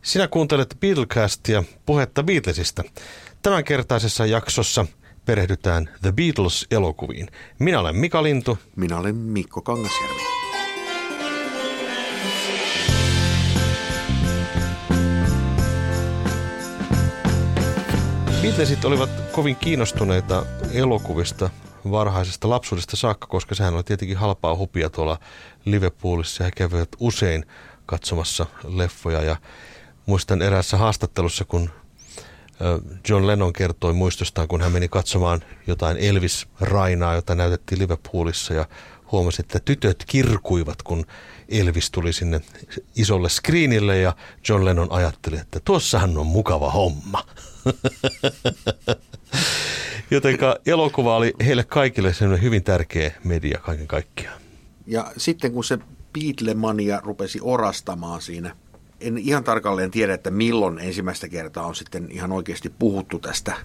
Sinä kuuntelet Beatlecastia, puhetta Beatlesista. Tämänkertaisessa jaksossa perehdytään The Beatles-elokuviin. Minä olen Mika Lintu. Minä olen Mikko Kangasjärvi. Beatlesit olivat kovin kiinnostuneita elokuvista varhaisesta lapsuudesta saakka, koska sehän oli tietenkin halpaa hupia tuolla Liverpoolissa ja he kävivät usein katsomassa leffoja. Ja muistan eräässä haastattelussa, kun John Lennon kertoi muistostaan, kun hän meni katsomaan jotain Elvis-rainaa, jota näytettiin Liverpoolissa ja huomasi, että tytöt kirkuivat, kun Elvis tuli sinne isolle screenille ja John Lennon ajatteli, että tuossahan on mukava homma. Jotenka elokuva oli heille kaikille sellainen hyvin tärkeä media kaiken kaikkiaan. Ja sitten kun se Beatlemania rupesi orastamaan siinä, en ihan tarkalleen tiedä, että milloin ensimmäistä kertaa on sitten ihan oikeasti puhuttu tästä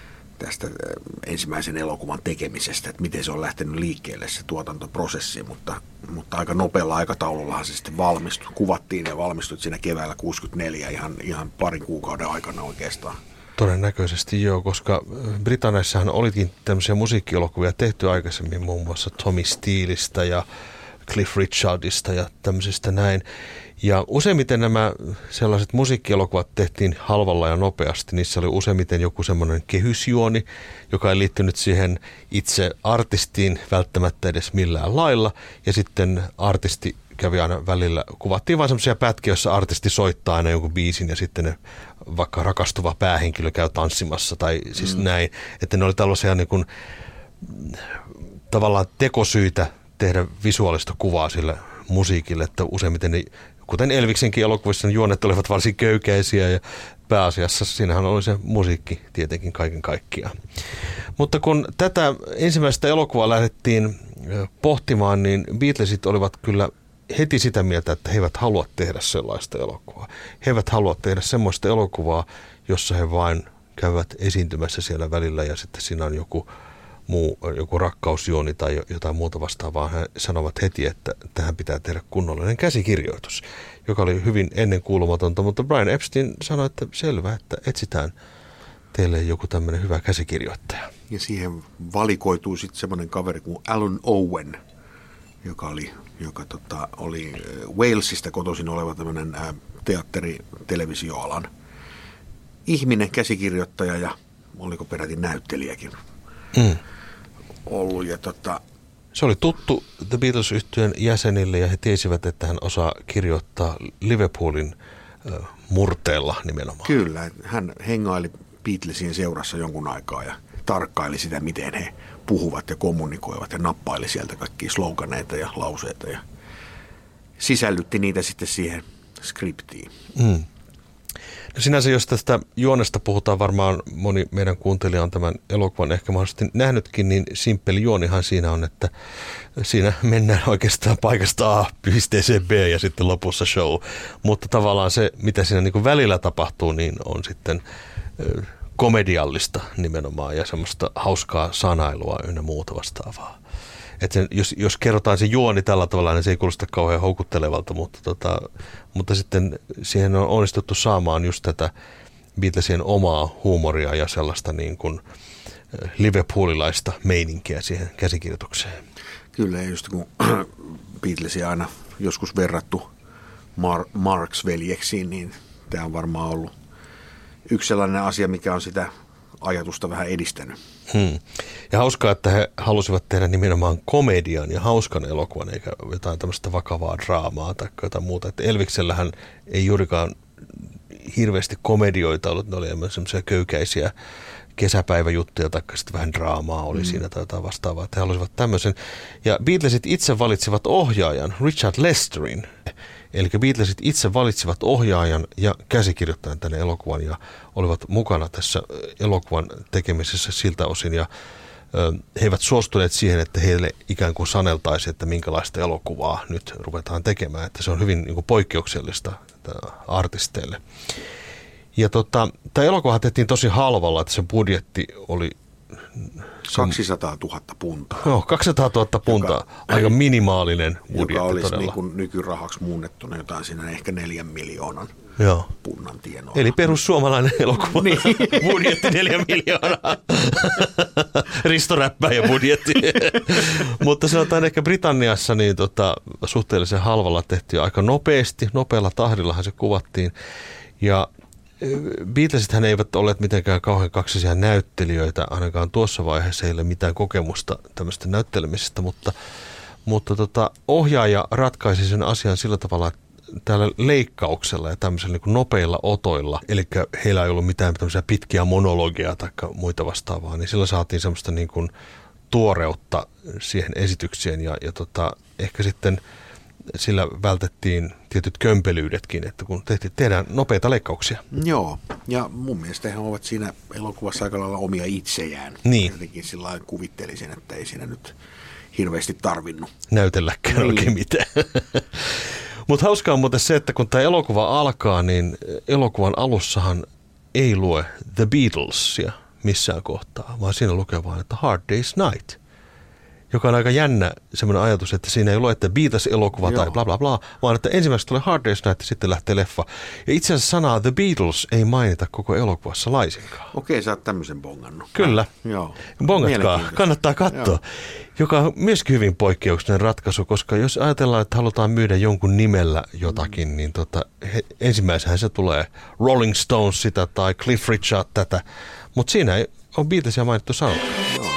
ensimmäisen elokuvan tekemisestä, että miten se on lähtenyt liikkeelle se tuotantoprosessi, mutta aika nopealla aikataulullahan se sitten valmistui, kuvattiin ja valmistui siinä keväällä 1964 ihan parin kuukauden aikana oikeastaan. Todennäköisesti joo, koska Britanniassahan olikin tämmöisiä musiikkielokuvia tehty aikaisemmin, muun muassa Tommy Steeleistä ja Cliff Richardista ja tämmöisistä näin. Ja useimmiten nämä sellaiset musiikkielokuvat tehtiin halvalla ja nopeasti. Niissä oli useimmiten joku semmoinen kehysjuoni, joka ei liittynyt siihen itse artistiin välttämättä edes millään lailla. Ja sitten artisti kävi aina välillä, kuvattiin vain semmoisia pätkiä, joissa artisti soittaa aina jonkun biisin ja sitten ne, vaikka rakastuva päähenkilö käy tanssimassa tai siis näin. Että ne oli tällaisia niin kuin, tavallaan tekosyitä tehdä visuaalista kuvaa sille musiikille, että useimmiten ne, kuten Elviksenkin elokuvissa, niin juonet olivat varsin köykäisiä ja pääasiassa siinähän oli se musiikki tietenkin kaiken kaikkiaan. Mutta kun tätä ensimmäistä elokuvaa lähdettiin pohtimaan, niin Beatlesit olivat kyllä heti sitä mieltä, että he eivät halua tehdä sellaista elokuvaa. He eivät halua tehdä semmoista elokuvaa, jossa he vain käyvät esiintymässä siellä välillä ja sitten siinä on joku rakkausjuoni tai jotain muuta vastaavaa. He sanovat heti, että tähän pitää tehdä kunnollinen käsikirjoitus, joka oli hyvin ennenkuulumatonta, mutta Brian Epstein sanoi, että selvä, että etsitään teille joku tämmöinen hyvä käsikirjoittaja. Ja siihen valikoituu sitten semmoinen kaveri kuin Alan Owen, joka oli Walesista kotoisin oleva tämmöinen televisioalan ihminen, käsikirjoittaja ja oliko peräti näyttelijäkin ollut. Ja Se oli tuttu The Beatles-yhtyeen jäsenille ja he tiesivät, että hän osaa kirjoittaa Liverpoolin murteella nimenomaan. Kyllä, hän hengaili Beatlesien seurassa jonkun aikaa ja tarkkaili sitä, miten he puhuvat ja kommunikoivat ja nappaili sieltä kaikkia sloganeita ja lauseita ja sisällytti niitä sitten siihen skriptiin. No sinänsä, jos tästä juonesta puhutaan, varmaan moni meidän kuuntelija on tämän elokuvan ehkä mahdollisesti nähnytkin, niin simppeli juonihan siinä on, että siinä mennään oikeastaan paikasta A pisteeseen B ja sitten lopussa show. Mutta tavallaan se, mitä siinä niin kuin välillä tapahtuu, niin on sitten komediallista nimenomaan ja semmoista hauskaa sanailua ynnä muuta vastaavaa. Että jos kerrotaan se juoni tällä tavalla, niin se ei kuulosta kauhean houkuttelevalta, mutta sitten siihen on onnistuttu saamaan just tätä Beatlesien omaa huumoria ja sellaista niin kuin liverpoolilaista meininkiä siihen käsikirjoitukseen. Kyllä, just kun Beatlesia aina joskus verrattu Marx-veljeksiin, niin tämä on varmaan ollut yksi sellainen asia, mikä on sitä ajatusta vähän edistänyt. Ja hauskaa, että he halusivat tehdä nimenomaan komedian ja hauskan elokuvan, eikä jotain tämmöistä vakavaa draamaa tai jotain muuta. Että Elviksellähän ei juurikaan hirveästi komedioita ollut, ne oli semmoisia köykäisiä kesäpäiväjuttuja tai sitten vähän draamaa oli siinä tai jotain vastaavaa, että he halusivat tämmöisen. Ja Beatlesit itse valitsivat ohjaajan Richard Lesterin. Eli Beatlesit itse valitsivat ohjaajan ja käsikirjoittajan tänne elokuvan ja olivat mukana tässä elokuvan tekemisessä siltä osin. Ja he eivät suostuneet siihen, että heille ikään kuin saneltaisiin, että minkälaista elokuvaa nyt ruvetaan tekemään. Että se on hyvin niin kuin poikkeuksellista artisteille. Ja tämä elokuva tehtiin tosi halvalla, että se budjetti oli 200 000 puntaa. Joo, 200 000 puntaa. Aika minimaalinen budjetti joka olisi todella. niin kuin nykyrahaksi muunnettuna jotain siinä ehkä 4 miljoonan punnan tienoilla. Eli perussuomalainen elokuva. Niin. Budjetti 4 miljoonaa. Risto Räppäjä budjetti. Mutta sanotaan ehkä Britanniassa niin suhteellisen halvalla tehtiin aika nopealla tahdillahan se kuvattiin. Ja Beatlesithän eivät olleet mitenkään kauhean kaksisia näyttelijöitä, ainakaan tuossa vaiheessa ei ole mitään kokemusta tämmöistä näyttelemisestä, mutta ohjaaja ratkaisi sen asian sillä tavalla, että täällä leikkauksella ja tämmöisellä niin kuin nopeilla otoilla, eli heillä ei ollut mitään tämmöisiä pitkiä monologeja tai muita vastaavaa, niin sillä saatiin semmoista niin kuin tuoreutta siihen esitykseen ja ehkä sitten sillä vältettiin tietyt kömpelyydetkin, että kun tehdään nopeita leikkauksia. Joo, ja mun mielestä he ovat siinä elokuvassa aika lailla omia itsejään. Niin. Jotenkin sillä lailla kuvittelisin, että ei siinä nyt hirveästi tarvinnut näytelläkään oikein mitään. Mutta hauskaa on muuten se, että kun tämä elokuva alkaa, niin elokuvan alussahan ei lue The Beatlesia missään kohtaa, vaan siinä lukee vaan, että Hard Day's Night, joka on aika jännä semmoinen ajatus, että siinä ei lue, että Beatles-elokuva tai bla bla bla, vaan että ensimmäiseksi tulee Hard Day's Night ja sitten lähtee leffa. Ja itse asiassa sanaa The Beatles ei mainita koko elokuvassa laisinkaan. Okei, sä oot tämmöisen bongannut. Kyllä. Joo. Bongatkaa, kannattaa katsoa. Joo. Joka on myöskin hyvin poikkeuksellinen ratkaisu, koska jos ajatellaan, että halutaan myydä jonkun nimellä jotakin, niin ensimmäisenhän se tulee Rolling Stones sitä tai Cliff Richard tätä, mutta siinä ei ole Beatlesia mainittu sanonut.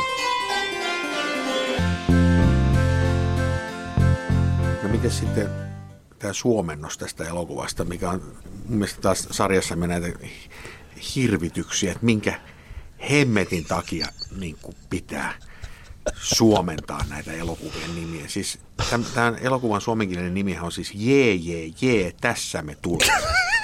No miten sitten tämä suomennos tästä elokuvasta, mikä on mun mielestä taas sarjassamme näitä hirvityksiä, että minkä hemmetin takia niin kuin pitää suomentaa näitä elokuvien nimiä. Siis tämän elokuvan suomenkielinen nimihän on siis Jee, tässä me tulemme.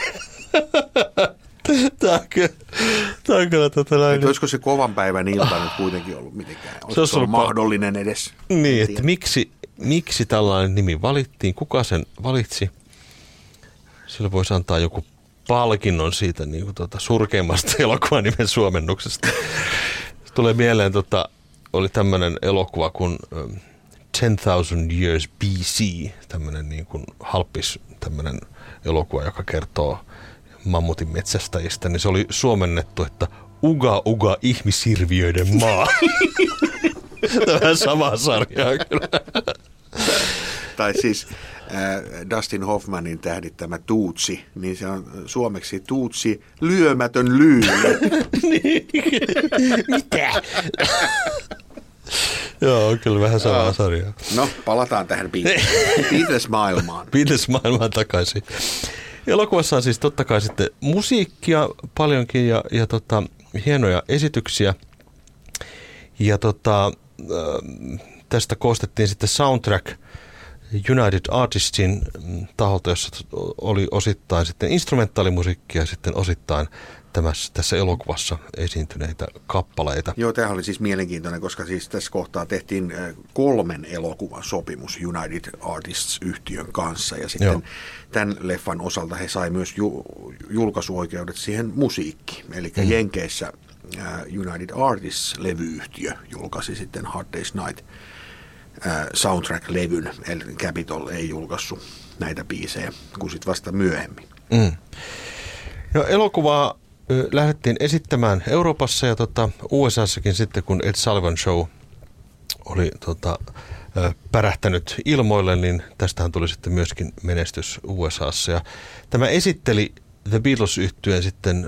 Tämä on kyllä tällainen. Olisiko se kovan päivän ilta nyt kuitenkin ollut mitenkään? Olisiko se ollut mahdollinen edes? Niin, että miksi tällainen nimi valittiin? Kuka sen valitsi? Sillä voisi antaa joku palkinnon siitä niin kuin surkeimmasta elokuvan nimen suomennuksesta. Tulee mieleen, oli tämmöinen elokuva kuin 10,000 Years BC, tämmöinen niin kuin halppis tämmöinen elokuva, joka kertoo mammutin metsästäjistä, niin se oli suomennettu, että Uga Uga ihmishirviöiden maa. Tämä sama sarja kyllä. Tai siis Dustin Hoffmanin tähdittämä Tuutsi, niin se on suomeksi Tuutsi lyömätön lyyli. Mitä? Joo, kyllä vähän samaa sarjaa. No, palataan tähän Beatles-maailmaan. Beatles-maailmaan takaisin. Elokuvassa on siis totta kai sitten musiikkia paljonkin ja hienoja esityksiä. Ja tästä koostettiin sitten soundtrack United Artistin taholta, jossa oli osittain sitten instrumentaalimusiikkia ja sitten osittain tässä elokuvassa esiintyneitä kappaleita. Joo, tämä oli siis mielenkiintoinen, koska siis tässä kohtaa tehtiin 3 elokuvan sopimus United Artists-yhtiön kanssa. Ja sitten tämän leffan osalta he sai myös julkaisuoikeudet siihen musiikkiin. Eli Jenkeissä United Artists-levyyhtiö julkaisi sitten Hard Day's Night soundtrack-levyn, eli Capitol ei julkaissut näitä biisejä kuin sitten vasta myöhemmin. No, elokuvaa lähdettiin esittämään Euroopassa ja USAssakin sitten, kun Ed Sullivan Show oli pärähtänyt ilmoille, niin tästähän tuli sitten myöskin menestys USAssa. Ja tämä esitteli The Beatles-yhtyeen sitten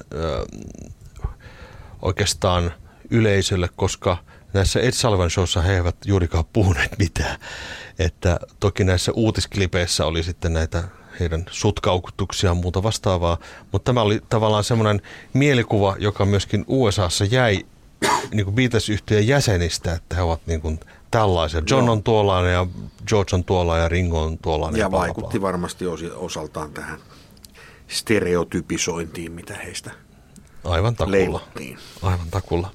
oikeastaan yleisölle, koska näissä Ed Sullivan Showssa he eivät juurikaan puhuneet mitään. Että toki näissä uutisklipeissä oli sitten näitä heidän sutkaukutuksia ja muuta vastaavaa, mutta tämä oli tavallaan semmoinen mielikuva, joka myöskin USAssa jäi niin kuin Beatles-yhtyeen jäsenistä, että he ovat niin kuin tällaisia. John on tuollainen ja George on tuollainen ja Ringo on tuollainen. Ja vaikutti varmasti osaltaan tähän stereotypisointiin, mitä heistä leivottiin. Aivan takulla.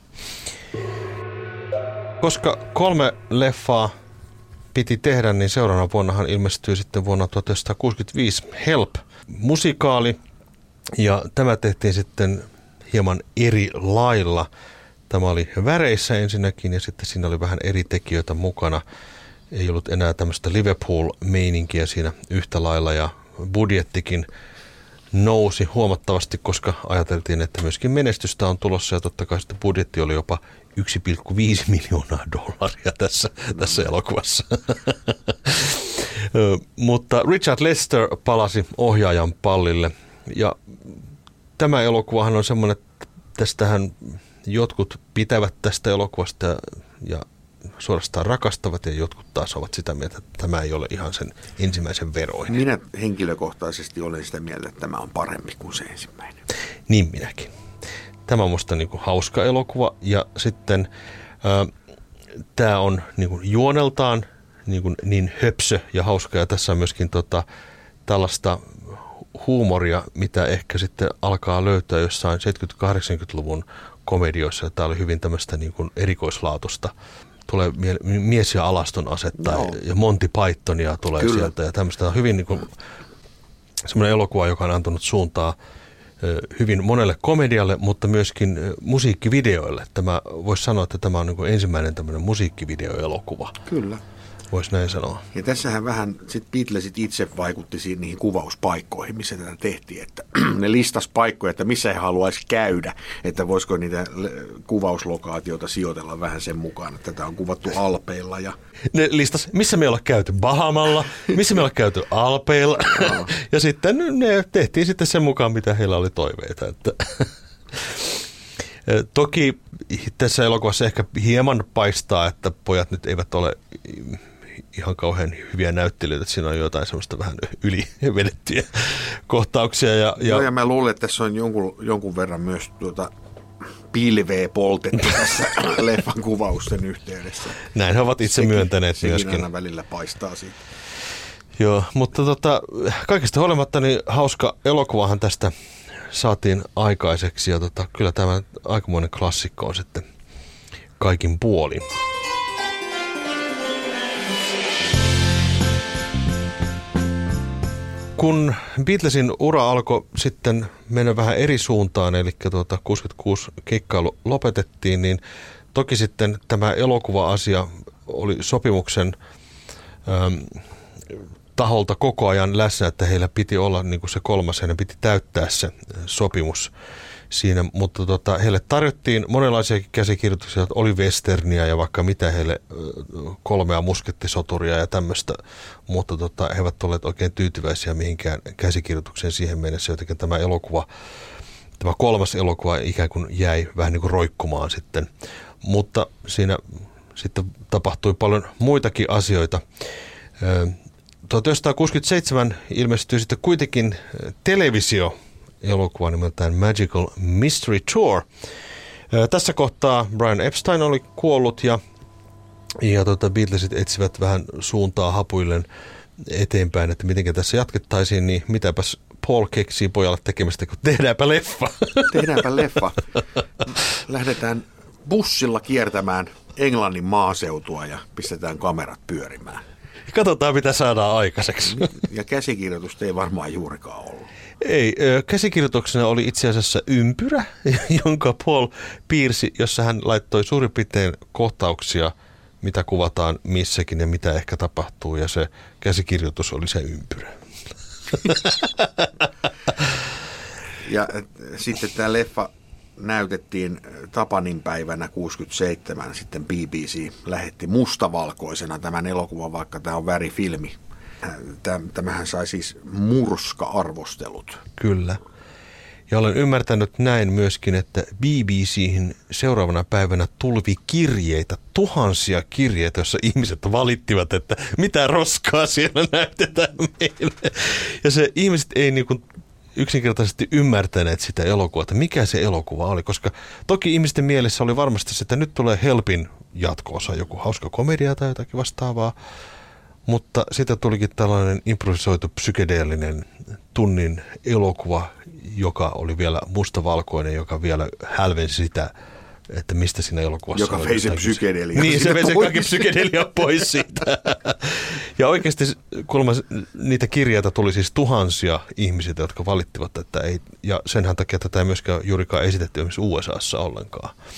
Koska 3 leffaa piti tehdä, niin seuraavana vuonnahan ilmestyy sitten vuonna 1965 Help -musikaali. Ja tämä tehtiin sitten hieman eri lailla. Tämä oli väreissä ensinnäkin ja sitten siinä oli vähän eri tekijöitä mukana. Ei ollut enää tämmöistä Liverpool-meininkiä siinä yhtä lailla ja budjettikin nousi huomattavasti, koska ajateltiin, että myöskin menestystä on tulossa ja totta kai sitten budjetti oli jopa $1,5 miljoonaa tässä elokuvassa. Mutta Richard Lester palasi ohjaajan pallille ja tämä elokuvahan on semmoinen, että tästähän jotkut pitävät tästä elokuvasta ja suorastaan rakastavat ja jotkut taas ovat sitä mieltä, että tämä ei ole ihan sen ensimmäisen veroinen. Minä henkilökohtaisesti olen sitä mieltä, että tämä on parempi kuin se ensimmäinen. Niin minäkin. Tämä on musta niinku hauska elokuva ja sitten tämä on niinku juoneltaan niin höpsö ja hauska ja tässä on myöskin tällaista huumoria, mitä ehkä sitten alkaa löytää jossain 70-80-luvun komedioissa. Tämä oli hyvin tämmöistä niin kuin erikoislaatusta. Tulee Mies ja alaston asetta ja Monty Pythonia tulee Kyllä. sieltä ja tämmöistä on hyvin niin kuin semmoinen elokuva, joka on antanut suuntaa hyvin monelle komedialle, mutta myöskin musiikkivideoille. Tämä voisi sanoa, että tämä on niin kuin ensimmäinen tämmöinen musiikkivideoelokuva. Kyllä. Voisi näin sanoa. Ja tässähän vähän sit Beatlesit itse vaikutti niihin kuvauspaikkoihin, missä tätä tehtiin, että ne listas paikkoja, että missä he haluaisi käydä, että voisiko niitä kuvauslokaatioita sijoitella vähän sen mukaan, että tätä on kuvattu Alpeilla. Ja ne listas, missä me ollaan käyty Bahamalla, missä me ollaan käyty Alpeilla, ja sitten ne tehtiin sitten sen mukaan, mitä heillä oli toiveita. Että toki tässä elokuvassa ehkä hieman paistaa, että pojat nyt eivät ole ihan kauhean hyviä näyttelijöitä, että siinä on jotain semmoista vähän ylivedettyjä kohtauksia. Ja mä luulen, että tässä on jonkun verran myös pilveä poltettu tässä leffan kuvausten yhteydessä. Näin he ovat itse myöntäneet sekin myöskin. Aina välillä paistaa siitä. Joo, mutta kaikesta huolimatta niin hauska elokuvahan tästä saatiin aikaiseksi ja kyllä tämä aikamoinen klassikko on sitten kaikin puolin. Kun Beatlesin ura alkoi sitten mennä vähän eri suuntaan, eli 66 keikkailu lopetettiin, niin toki sitten tämä elokuva-asia oli sopimuksen taholta koko ajan läsnä, että heillä piti olla niin kuin se kolmas, heidän piti täyttää se sopimus siinä, mutta heille tarjottiin monenlaisia käsikirjoituksia, että oli westerniä ja vaikka mitä heille 3 muskettisoturia ja tämmöistä, mutta he eivät olleet oikein tyytyväisiä mihinkään käsikirjoitukseen siihen mennessä, jotenkin tämä kolmas elokuva ikään kuin jäi vähän niin kuin roikkumaan sitten, mutta siinä sitten tapahtui paljon muitakin asioita. 1967 ilmestyi sitten kuitenkin televisio-elokuva nimeltään Magical Mystery Tour. Tässä kohtaa Brian Epstein oli kuollut ja Beatlesit etsivät vähän suuntaa hapuilleen eteenpäin, että miten tässä jatkettaisiin, niin mitäpäs Paul keksii pojalle tekemistä, kun tehdäänpä leffa. Tehdäänpä leffa. Lähdetään bussilla kiertämään Englannin maaseutua ja pistetään kamerat pyörimään. Katsotaan, mitä saadaan aikaiseksi. Ja käsikirjoitusta ei varmaan juurikaan ollut. Ei, käsikirjoituksena oli itse asiassa ympyrä, jonka Paul piirsi, jossa hän laittoi suurin piirtein kohtauksia, mitä kuvataan missäkin ja mitä ehkä tapahtuu, ja se käsikirjoitus oli se ympyrä. Ja sitten tämä leffa näytettiin Tapanin päivänä 67, sitten BBC lähetti mustavalkoisena tämän elokuvan, vaikka tämä on värifilmi. Tämähän sai siis murska-arvostelut. Kyllä. Ja olen ymmärtänyt näin myöskin, että BBC:hin seuraavana päivänä tulvi kirjeitä, tuhansia kirjeitä, joissa ihmiset valittivat, että mitä roskaa siellä näytetään meille. Ja se ihmiset ei niinku yksinkertaisesti ymmärtäneet sitä elokuvaa, että mikä se elokuva oli, koska toki ihmisten mielessä oli varmasti se, että nyt tulee Helpin jatko-osa, joku hauska komedia tai jotakin vastaavaa, mutta siitä tulikin tällainen improvisoitu psykedeellinen tunnin elokuva, joka oli vielä mustavalkoinen, joka vielä hälvensi sitä, että mistä siinä elokuvassa joka vei se psykedelia. Niin, se vei se kaikki psykedelia pois siitä. Ja oikeasti niitä kirjeitä tuli siis tuhansia ihmisiä, jotka valittivat, että ei, ja senhän takia tätä ei myöskään juurikaan esitetty esimerkiksi USAssa ollenkaan.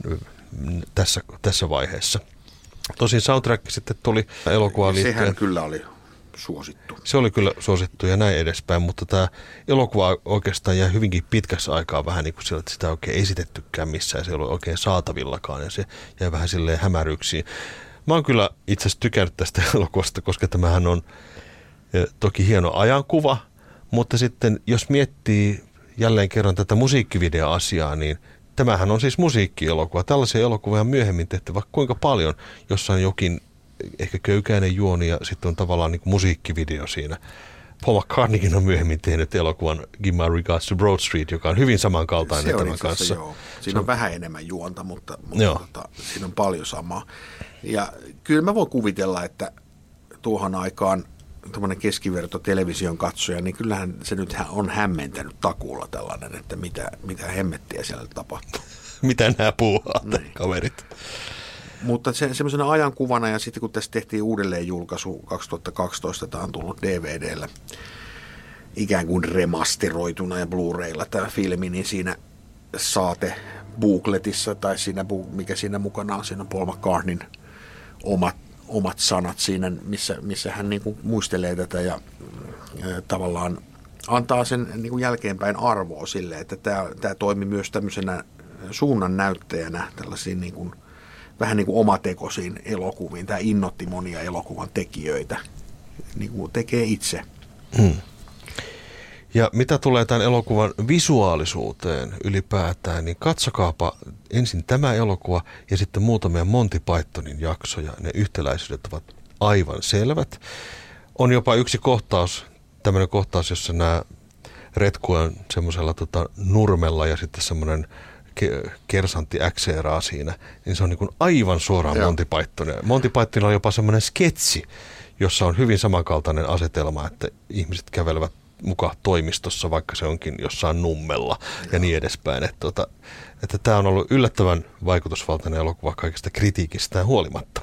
tässä vaiheessa. Tosin soundtrack sitten tuli elokuvaan liittyen. Sehän kyllä oli suosittu. Se oli kyllä suosittu ja näin edespäin, mutta tämä elokuva oikeastaan jäi hyvinkin pitkässä aikaa vähän niin kuin sillä, että sitä oikein esitettykään missään, se ei ollut oikein saatavillakaan ja se jäi vähän silleen hämäryksiin. Mä oon kyllä itse asiassa tykännyt tästä elokuvasta, koska tämähän on toki hieno ajankuva, mutta sitten jos miettii jälleen kerran tätä musiikkivideo-asiaa, niin tämähän on siis musiikkielokuva. Tällaisia elokuvia on myöhemmin tehty vaikka kuinka paljon, jossa on jokin ehkä köykäinen juoni ja sitten on tavallaan niin kuin musiikkivideo siinä. Paul McCartneykin on myöhemmin tehnyt elokuvan Give My Regards to Broad Street, joka on hyvin samankaltainen tämän kanssa. Joo. Siinä on vähän enemmän juonta, mutta siinä on paljon samaa. Ja kyllä mä voin kuvitella, että tuohon aikaan tuommoinen keskiverto television katsoja, niin kyllähän se nyt on hämmentänyt takuulla tällainen, että mitä hemmettiä siellä tapahtuu. Mitä nämä puhuvat, kaverit? Mutta semmoisena ajankuvana, ja sitten kun tässä tehtiin uudelleen julkaisu 2012, tämä on tullut DVDllä ikään kuin remasteroituna ja Blu-raylla tämä filmi, niin siinä saate-bookletissa, tai siinä, mikä siinä mukana on, siinä on Paul McCartneyn omat sanat siinä, missä hän niin kuin muistelee tätä ja tavallaan antaa sen niin kuin jälkeenpäin arvoa sille, että tämä toimi myös tämmöisenä suunnan näyttäjänä tällaisiin niin kuin, vähän niin kuin omatekoisiin elokuviin. Tämä innoitti monia elokuvan tekijöitä, niin kuin tekee itse. Ja mitä tulee tämän elokuvan visuaalisuuteen ylipäätään, niin katsokaapa ensin tämä elokuva ja sitten muutamia Monty Pythonin jaksoja. Ne yhtäläisyydet ovat aivan selvät. On jopa yksi kohtaus, tämmöinen kohtaus, jossa nämä retku on semmoisella nurmella ja sitten semmoinen kersantti äkseeraa siinä, niin se on niin kuin aivan suoraan Monty Pythonia. Monty Pythonilla on jopa semmoinen sketsi, jossa on hyvin samankaltainen asetelma, että ihmiset kävelevät mukaan toimistossa, vaikka se onkin jossain nummella ja niin edespäin. Että tämä on ollut yllättävän vaikutusvaltainen elokuva kaikesta kritiikistään huolimatta.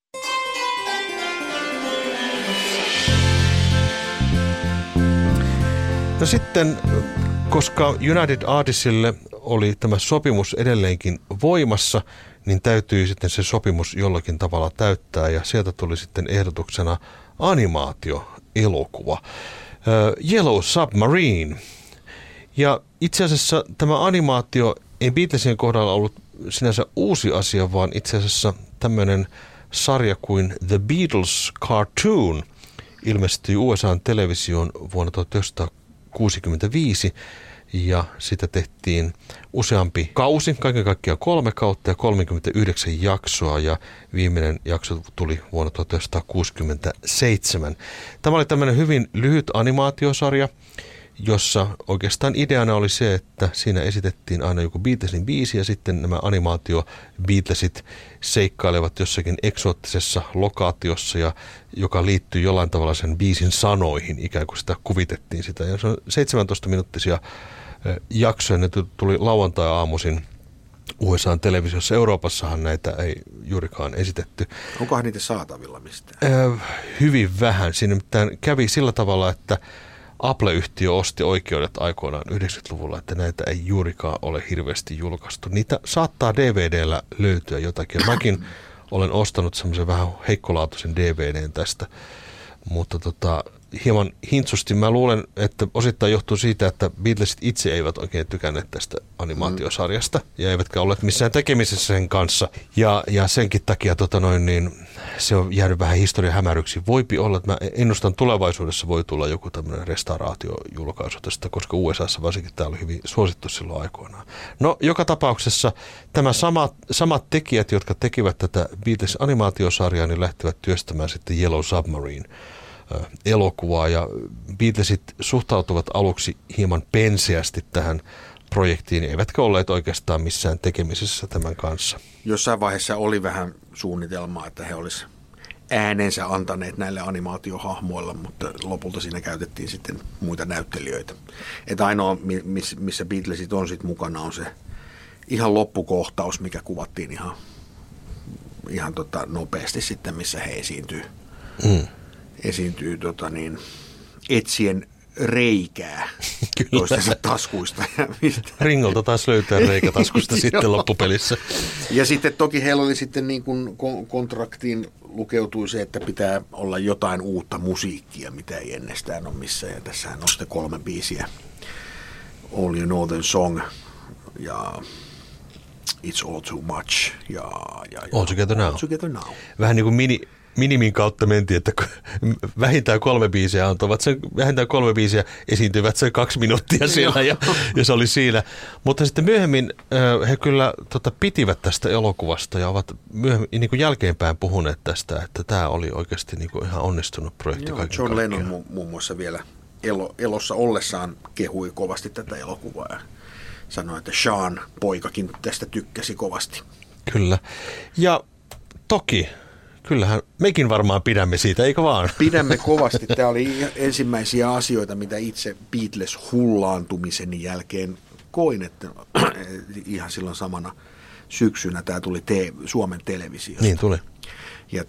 No sitten, koska United Artistsille oli tämä sopimus edelleenkin voimassa, niin täytyy sitten se sopimus jollakin tavalla täyttää, ja sieltä tuli sitten ehdotuksena animaatioelokuva. Yellow Submarine. Ja itse asiassa tämä animaatio ei Beatlesien kohdalla ollut sinänsä uusi asia, vaan itse asiassa tämmöinen sarja kuin The Beatles Cartoon ilmestyi USA:n televisioon vuonna 1965 ja sitä tehtiin useampi kausi, kaiken kaikkiaan 3 kautta ja 39 jaksoa ja viimeinen jakso tuli vuonna 1967. Tämä oli tämmöinen hyvin lyhyt animaatiosarja, jossa oikeastaan ideana oli se, että siinä esitettiin aina joku Beatlesin biisi ja sitten nämä animaatio-Beatlesit seikkailevat jossakin eksoottisessa lokaatiossa, ja joka liittyy jollain tavalla sen biisin sanoihin, ikään kuin sitä kuvitettiin sitä. Ja se on 17-minuuttisia jaksoja, ne tuli lauantai-aamuisin USA:n televisiossa. Euroopassahan näitä ei juurikaan esitetty. Onkohan niitä saatavilla mistään? Hyvin vähän. Siinä kävi sillä tavalla, että Apple-yhtiö osti oikeudet aikoinaan 90-luvulla, että näitä ei juurikaan ole hirveästi julkaistu. Niitä saattaa DVD:llä löytyä jotakin. Mäkin olen ostanut semmoisen vähän heikkolaatuisen DVDn tästä, mutta hieman hintsusti. Mä luulen, että osittain johtuu siitä, että Beatlesit itse eivät oikein tykänneet tästä animaatiosarjasta ja eivätkä olleet missään tekemisessä sen kanssa. Ja senkin takia niin se on jäänyt vähän historian hämäryksi. Voipi olla, että mä ennustan tulevaisuudessa voi tulla joku tämmöinen restauraatiojulkaisu tästä, koska USA:ssa varsinkin tämä oli hyvin suosittu silloin aikoinaan. No, joka tapauksessa tämä samat tekijät, jotka tekivät tätä Beatles-animaatiosarjaa, niin lähtivät työstämään sitten Yellow Submarine elokuvaa, ja Beatlesit suhtautuvat aluksi hieman penseästi tähän projektiin, eivätkä olleet oikeastaan missään tekemisessä tämän kanssa. Jossain vaiheessa oli vähän suunnitelmaa, että he olisivat äänensä antaneet näille animaatiohahmoille, mutta lopulta siinä käytettiin sitten muita näyttelijöitä. Että ainoa, missä Beatlesit on sitten mukana, on se ihan loppukohtaus, mikä kuvattiin ihan nopeasti sitten, missä he esiintyy etsien reikää toistensa taskuista. Ringolta taas löytää reikä taskusta sitten loppupelissä. Ja sitten toki heillä oli sitten niin kuin kontraktiin lukeutui se, että pitää olla jotain uutta musiikkia, mitä ei ennestään ole missään. Ja tässähän on sitten 3 biisiä. All You Know the Song ja It's All Too Much ja All Together Now. All Together Now. Vähän niin kuin minimin kautta mentiin, että vähintään 3 biisiä antavat sen, vähintään 3 biisiä esiintyvät sen 2 minuuttia siellä ja se oli siinä. Mutta sitten myöhemmin he kyllä pitivät tästä elokuvasta ja ovat myöhemmin niin kuin jälkeenpäin puhuneet tästä, että tämä oli oikeasti niin kuin ihan onnistunut projekti. John Lennon muun muassa vielä elossa ollessaan kehui kovasti tätä elokuvaa ja sanoi, että Sean poikakin tästä tykkäsi kovasti. Kyllä. Ja toki kyllähän mekin varmaan pidämme siitä, eikö vaan? Pidämme kovasti. Tämä oli ensimmäisiä asioita, mitä itse Beatles-hullaantumisen jälkeen koin, että ihan silloin samana syksynä tämä tuli Suomen televisiosta. Niin tuli. Ja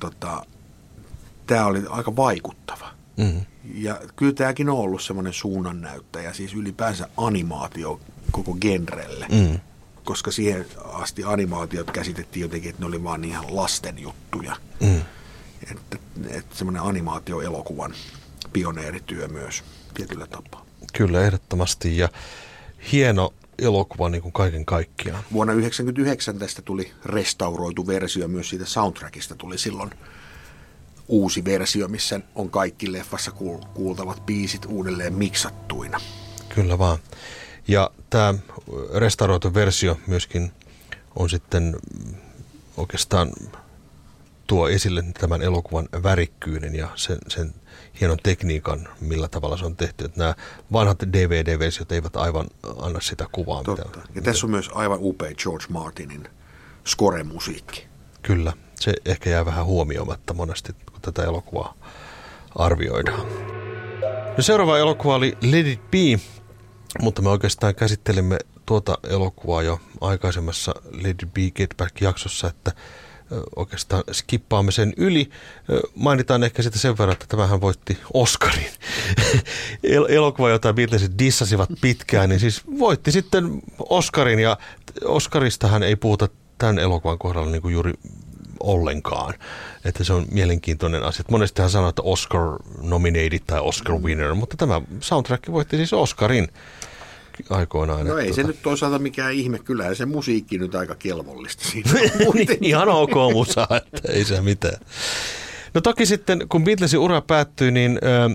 tämä oli aika vaikuttava. Mm-hmm. Ja kyllä tämäkin on ollut semmoinen suunnannäyttäjä, siis ylipäänsä animaatio koko genrelle. Mm. Koska siihen asti animaatiot käsitettiin jotenkin, että ne oli vaan ihan lasten juttuja. Mm. Että semmoinen animaatioelokuvan pioneerityö myös tietyllä tapaa. Kyllä, ehdottomasti. Ja hieno elokuva niin kuin kaiken kaikkiaan. Vuonna 1999 tästä tuli restauroitu versio, myös siitä soundtrackista tuli silloin uusi versio, missä on kaikki leffassa kuultavat biisit uudelleen miksattuina. Kyllä vaan. Ja tämä restauroitu versio myöskin on sitten oikeastaan tuo esille tämän elokuvan värikkyyden ja sen hienon tekniikan, millä tavalla se on tehty. Että nämä vanhat DVD-versiot eivät aivan anna sitä kuvaa. Totta. Ja tässä on myös aivan upea George Martinin score-musiikki. Kyllä, se ehkä jää vähän huomioimatta monesti, kun tätä elokuvaa arvioidaan. No seuraava elokuva oli Let It Be, mutta me oikeastaan käsittelimme tuota elokuvaa jo aikaisemmassa Let It Be Get Back-jaksossa, että oikeastaan skippaamme sen yli. Mainitaan ehkä sitä sen verran, että tämähän voitti Oscarin. Elokuva, jota Beatlesit dissasivat pitkään, niin siis voitti sitten Oscarin, ja Oscaristahan ei puhuta tämän elokuvan kohdalla niin kuin juuri ollenkaan. Että se on mielenkiintoinen asia. Monestihan sanoo, että Oscar nominated tai Oscar winner, mutta tämä soundtrack voitti siis Oscarin aikoinaan. No ei se nyt toisaalta mikään ihme, kyllähän se musiikki nyt aika kelvollista siinä. Ihan ok musa, että ei se mitään. No toki sitten, kun Beatlesin ura päättyi, niin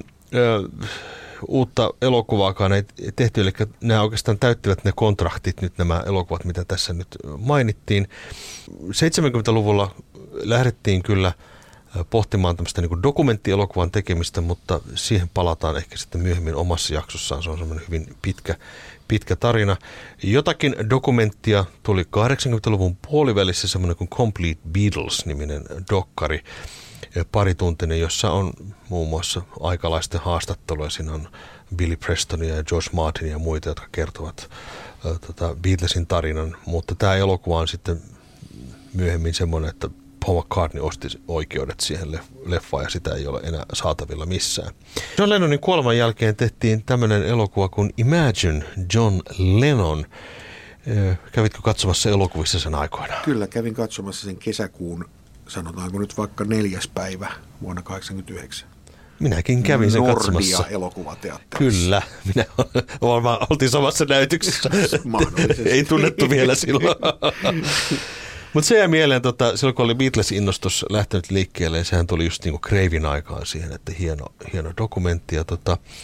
uutta elokuvaakaan ei tehty, eli nämä oikeastaan täyttivät ne kontraktit nyt nämä elokuvat, mitä tässä nyt mainittiin. 70-luvulla lähdettiin kyllä pohtimaan tämmöistä niin kuin dokumenttielokuvan tekemistä, mutta siihen palataan ehkä sitten myöhemmin omassa jaksossaan. Se on semmoinen hyvin pitkä tarina. Jotakin dokumenttia tuli 80-luvun puolivälissä, semmoinen kuin Complete Beatles-niminen dokkari, parituntinen, jossa on muun muassa aikalaisten haastatteluja. Siinä on Billy Prestonia ja George Martinia ja muita, jotka kertovat Beatlesin tarinan, mutta tämä elokuva on sitten myöhemmin semmoinen, että Paul McCartney osti oikeudet siihen leffaan ja sitä ei ole enää saatavilla missään. John Lennonin kuoleman jälkeen tehtiin tämmöinen elokuva kuin Imagine John Lennon. Kävitkö katsomassa elokuvissa sen aikoinaan? Kyllä, kävin katsomassa sen kesäkuun, sanotaanko nyt vaikka 4. päivä vuonna 1989. Minäkin kävin sen katsomassa. Nordia elokuvateatterissa. Kyllä, minä oltiin samassa näytöksessä. Mahdollisesti. Ei tunnettu vielä silloin. Mutta se jäi mieleen, silloin kun oli Beatles-innostus lähtenyt liikkeelle, ja sehän tuli just niinku Craven aikaan siihen, että hieno dokumentti. Ja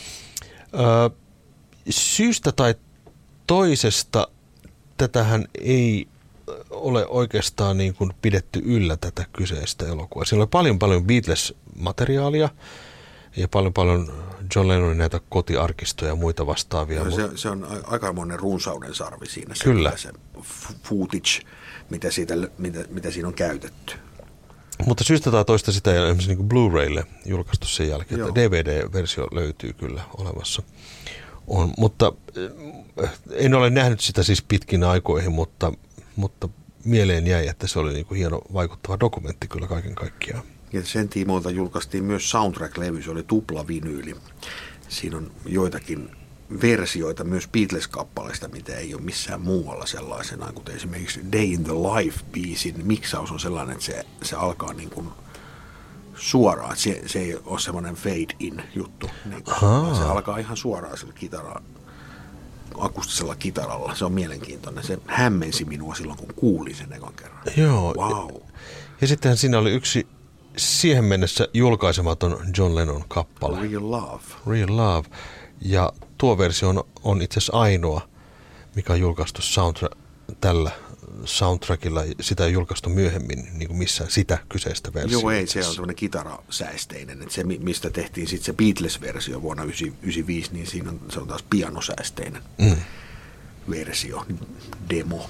syystä tai toisesta tätähän ei ole oikeastaan niin kuin pidetty yllä tätä kyseistä elokuvaa. Siinä oli paljon Beatles-materiaalia ja paljon John Lennonin näitä kotiarkistoja ja muita vastaavia. No, se on aikamoinen runsauden sarvi siinä. Kyllä. Se footage, mitä siinä on käytetty. Mutta syystä tai toista sitä ei ole esimerkiksi niin kuin Blu-raylle julkaistu sen jälkeen. DVD-versio löytyy kyllä olemassa. Mutta en ole nähnyt sitä siis pitkin aikoihin, mutta mieleen jäi, että se oli niin kuin hieno vaikuttava dokumentti kyllä kaiken kaikkiaan. Ja sen tiimoilta julkaistiin myös soundtrack-levy, se oli tuplavinyyli. Siinä on joitakin versioita myös Beatles-kappaleista, mitä ei ole missään muualla sellaisenaan, kuten esimerkiksi Day in the Life-biisin miksaus on sellainen, että se alkaa niin kuin suoraan. Se ei ole semmoinen fade-in juttu, niin, vaan se alkaa ihan suoraan sillä akustisella kitaralla. Se on mielenkiintoinen. Se hämmensi minua silloin, kun kuulin sen ekan kerran. Joo. Wow. Ja sittenhän siinä oli yksi siihen mennessä julkaisematon John Lennon kappale. Real Love. Real Love. Ja tuo versio on itse asiassa ainoa, mikä on julkaistu tällä soundtrackilla. Sitä ei julkaistu myöhemmin niin kuin missään sitä kyseistä versiota. Joo, ei. Se on semmoinen kitarasäesteinen. Että se, mistä tehtiin sitten se Beatles-versio vuonna 1995, niin se on taas pianosäesteinen versio, demo.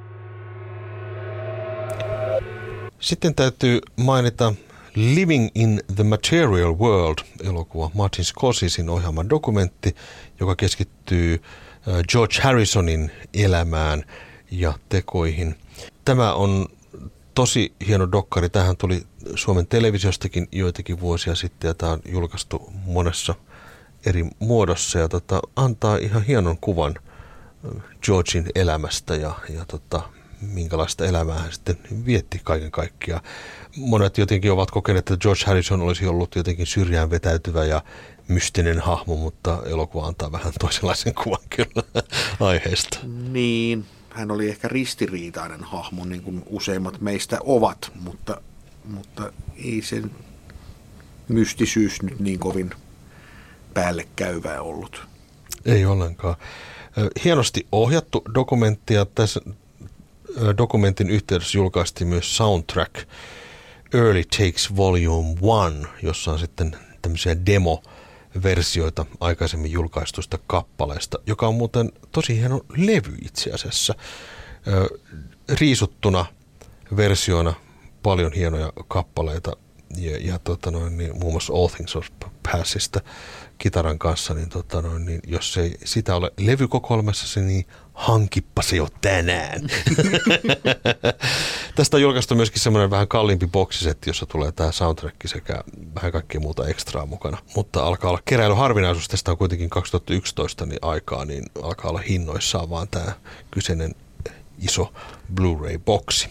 Sitten täytyy mainita Living in the Material World -elokuva, Martin Scorsesen ohjaama dokumentti, joka keskittyy George Harrisonin elämään ja tekoihin. Tämä on tosi hieno dokkari. Tähän tuli Suomen televisiostakin joitakin vuosia sitten ja tämä on julkaistu monessa eri muodossa ja antaa ihan hienon kuvan Georgein elämästä ja minkälaista elämää hän sitten vietti kaiken kaikkiaan. Monet jotenkin ovat kokeneet, että George Harrison olisi ollut jotenkin syrjään vetäytyvä ja mystinen hahmo, mutta elokuva antaa vähän toisenlaisen kuvan kyllä aiheesta. Niin, hän oli ehkä ristiriitainen hahmo, niin kuin useimmat meistä ovat, mutta ei sen mystisyys nyt niin kovin päälle käyvää ollut. Ei ollenkaan. Hienosti ohjattu dokumentti ja tässä dokumentin yhteydessä julkaistiin myös soundtrack Early Takes Volume 1, jossa on sitten tämmöisiä demo-versioita aikaisemmin julkaistuista kappaleista, joka on muuten tosi hieno levy itse asiassa. Riisuttuna versioina paljon hienoja kappaleita ja muun muassa All Things Are Passista kitaran kanssa, niin jos ei sitä ole levykokoelmassa, niin hankippa se jo tänään. Tästä on julkaistu myöskin semmoinen vähän kalliimpi boksisetti, jossa tulee tämä soundtrack sekä vähän kaikkea muuta ekstraa mukana. Mutta alkaa olla keräilyharvinaisuus, tästä on kuitenkin 2011 niin aikaa, niin alkaa olla hinnoissaan vaan tämä kyseinen iso Blu-ray-boksi.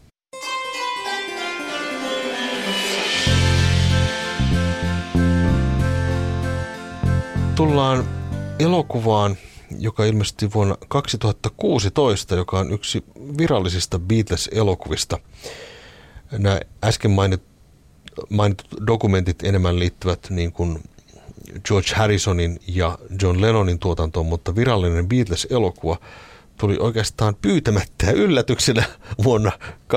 Tullaan elokuvaan, joka ilmestyi vuonna 2016, joka on yksi virallisista Beatles-elokuvista. Nämä äsken mainitut dokumentit enemmän liittyvät niin kuin George Harrisonin ja John Lennonin tuotantoon, mutta virallinen Beatles-elokuva tuli oikeastaan pyytämättä ja yllätyksenä vuonna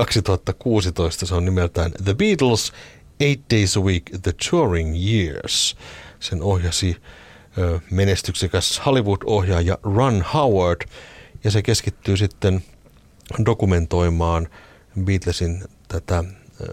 2016. Se on nimeltään The Beatles, 8 Days a Week, The Touring Years. Sen ohjasi menestyksekäs Hollywood-ohjaaja Ron Howard, ja se keskittyy sitten dokumentoimaan Beatlesin tätä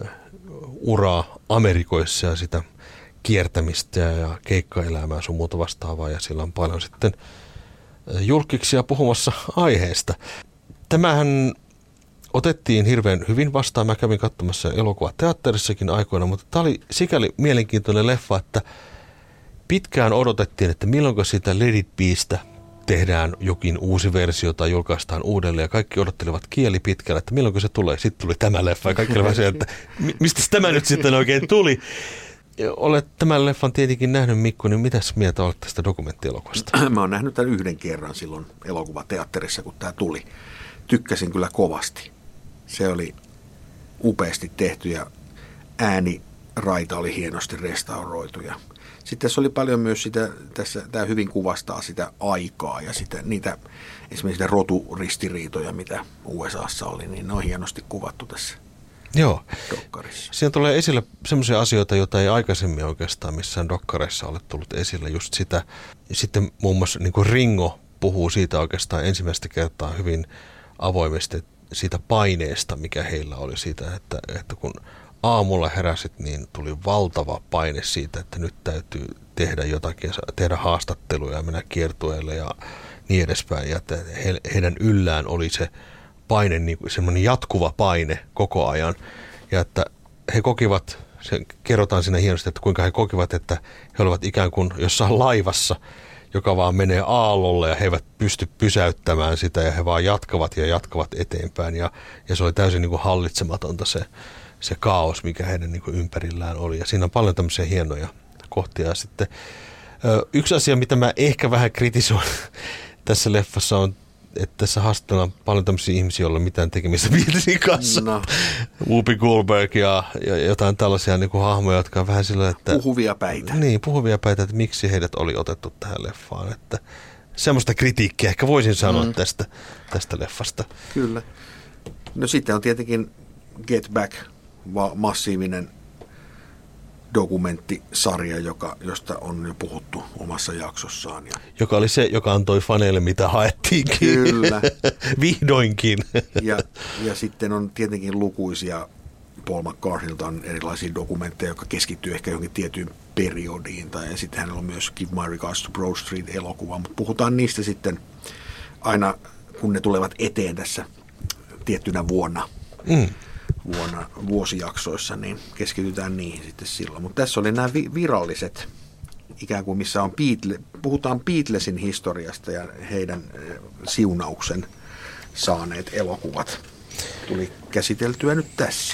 uraa Amerikoissa ja sitä kiertämistä ja keikkaelämää sun muuta vastaavaa, ja sillä on paljon sitten julkkiksia puhumassa aiheesta. Tämähän otettiin hirveän hyvin vastaan. Mä kävin katsomassa elokuvateatterissakin aikoina, mutta tämä oli sikäli mielenkiintoinen leffa, että pitkään odotettiin, että milloinko sitä Let It Bestä tehdään jokin uusi versio tai julkaistaan uudelleen. Ja kaikki odottelivat kieli pitkällä, että milloinko se tulee. Sitten tuli tämä leffa ja kaikki olivat se, että mistä tämä nyt sitten oikein tuli. Olet tämän leffan tietenkin nähnyt, Mikko, niin mitäs mieltä olet tästä dokumenttielokuvasta? Mä oon nähnyt tämän yhden kerran silloin elokuvateatterissa, kun tämä tuli. Tykkäsin kyllä kovasti. Se oli upeasti tehty ja ääniraita oli hienosti restauroitu. Ja sitten tässä oli paljon myös sitä, tämä hyvin kuvastaa sitä aikaa ja niitä esimerkiksi roturistiriitoja, mitä USAssa oli, niin ne on hienosti kuvattu tässä. Joo. Dokkarissa. Siinä tulee esille sellaisia asioita, joita ei aikaisemmin oikeastaan missään dokkareissa ole tullut esille, just sitä. Ja sitten muun muassa niin kuin Ringo puhuu siitä oikeastaan ensimmäistä kertaa hyvin avoimesti siitä paineesta, mikä heillä oli siitä, että kun aamulla heräsit, niin tuli valtava paine siitä, että nyt täytyy tehdä jotakin, tehdä haastatteluja ja mennä kiertueelle ja niin edespäin. Ja että heidän yllään oli se paine, niin kuin semmoinen jatkuva paine koko ajan. Ja että he kokivat se kerrotaan siinä hienosti, että kuinka he kokivat, että he olivat ikään kuin jossain laivassa, joka vaan menee aallolle ja he eivät pysty pysäyttämään sitä ja he vaan jatkavat ja jatkavat eteenpäin. Ja se oli täysin niin kuin hallitsematonta se kaos, mikä heidän niin kuin ympärillään oli. Ja siinä on paljon tämmöisiä hienoja kohtia. Ja sitten yksi asia, mitä mä ehkä vähän kritisoin tässä leffassa on, että tässä haastellaan paljon tämmöisiä ihmisiä, joilla ei ole mitään tekemistä Beatlesin kanssa. No. Whoopi Goldberg ja jotain tällaisia niin kuin hahmoja, jotka on vähän sillä, että... Puhuvia päitä. Niin, puhuvia päitä, että miksi heidät oli otettu tähän leffaan. Että semmoista kritiikkiä ehkä voisin sanoa tästä leffasta. Kyllä. No sitten on tietenkin Get Back, massiivinen dokumenttisarja, josta on jo puhuttu omassa jaksossaan. Joka oli se, joka antoi faneille mitä haettiinkin. Kyllä. Vihdoinkin. Ja sitten on tietenkin lukuisia Paul McCartneylta on erilaisia dokumentteja, jotka keskittyy ehkä johonkin tiettyyn periodiin. Ja sitten hänellä on myös Give My Regards to Broad Street-elokuva, mutta puhutaan niistä sitten aina, kun ne tulevat eteen tässä tiettynä vuonna vuosijaksoissa, niin keskitytään niihin sitten silloin. Mutta tässä oli nämä viralliset, ikään kuin missä on puhutaan Beatlesin historiasta ja heidän siunauksen saaneet elokuvat. Tuli käsiteltyä nyt tässä.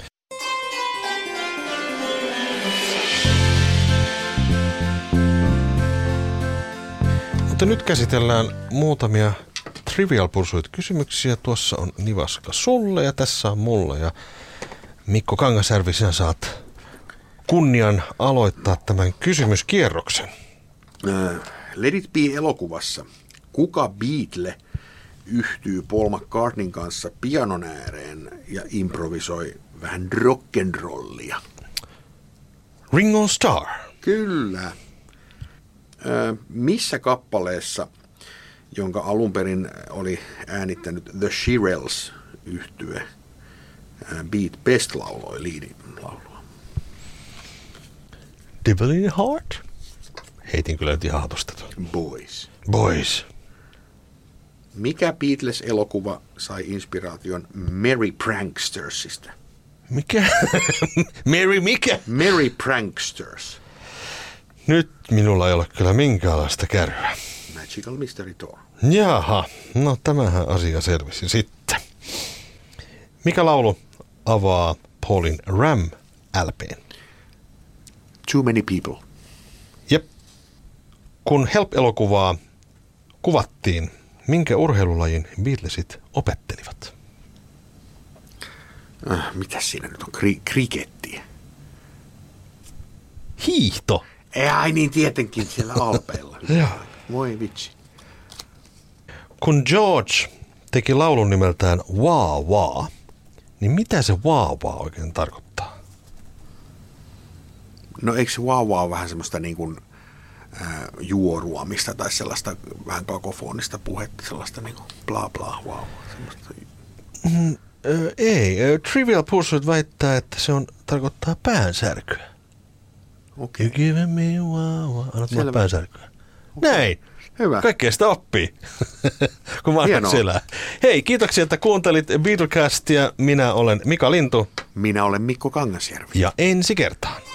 Mutta nyt käsitellään muutamia Trivial Pursuit-kysymyksiä. Tuossa on nivaska sulle ja tässä on mulle. Ja Mikko Kangasjärvi, sinä saat kunnian aloittaa tämän kysymyskierroksen. Let It Be-elokuvassa kuka Beatle yhtyy Paul McCartneyn kanssa pianon ääreen ja improvisoi vähän rock'n'rollia? Ringo Starr. Kyllä. Missä kappaleessa, jonka alun perin oli äänittänyt The Shirelles -yhtye, Beat Best lauloi liidilaulua? Devil in the Heart? Heitin kyllä nyt ihan hatusta. Boys. Mikä Beatles-elokuva sai inspiraation Merry Prankstersista? Mikä? Mary mikä? Merry Pranksters. Nyt minulla ei ole kyllä minkäänlaista kärryä. Magical Mystery Tour. Jaha, no tämähän asia selvisi sitten. Mikä laulu avaa Paulin Ram-LP:n? Too Many People. Jep. Kun Help-elokuvaa kuvattiin, minkä urheilulajin Beatlesit opettelivat? Mitäs siinä nyt on? Krikettiä. Hiihto. Ai niin, tietenkin siellä Alpeilla. Voi vitsi. Kun George teki laulun nimeltään Wah Wah, niin mitä se Wah Wah oikein tarkoittaa? No eikö se Wah Wah vähän semmoista niin kuin juoruamista tai sellaista vähän kakofonista puhetta, sellaista niin kuin bla bla wow. Semmoista. Ei. Trivial Pursuit väittää, että se tarkoittaa päänsärkyä. Okei. You give me wow wow. Annat mulle päänsärkyä. Okay. Näin. Hyvä. Kaikkea sitä oppii, kun vanhaksi elää. Hei, kiitoksia, että kuuntelit Beatlecastia. Minä olen Mika Lintu. Minä olen Mikko Kangasjärvi. Ja ensi kertaan.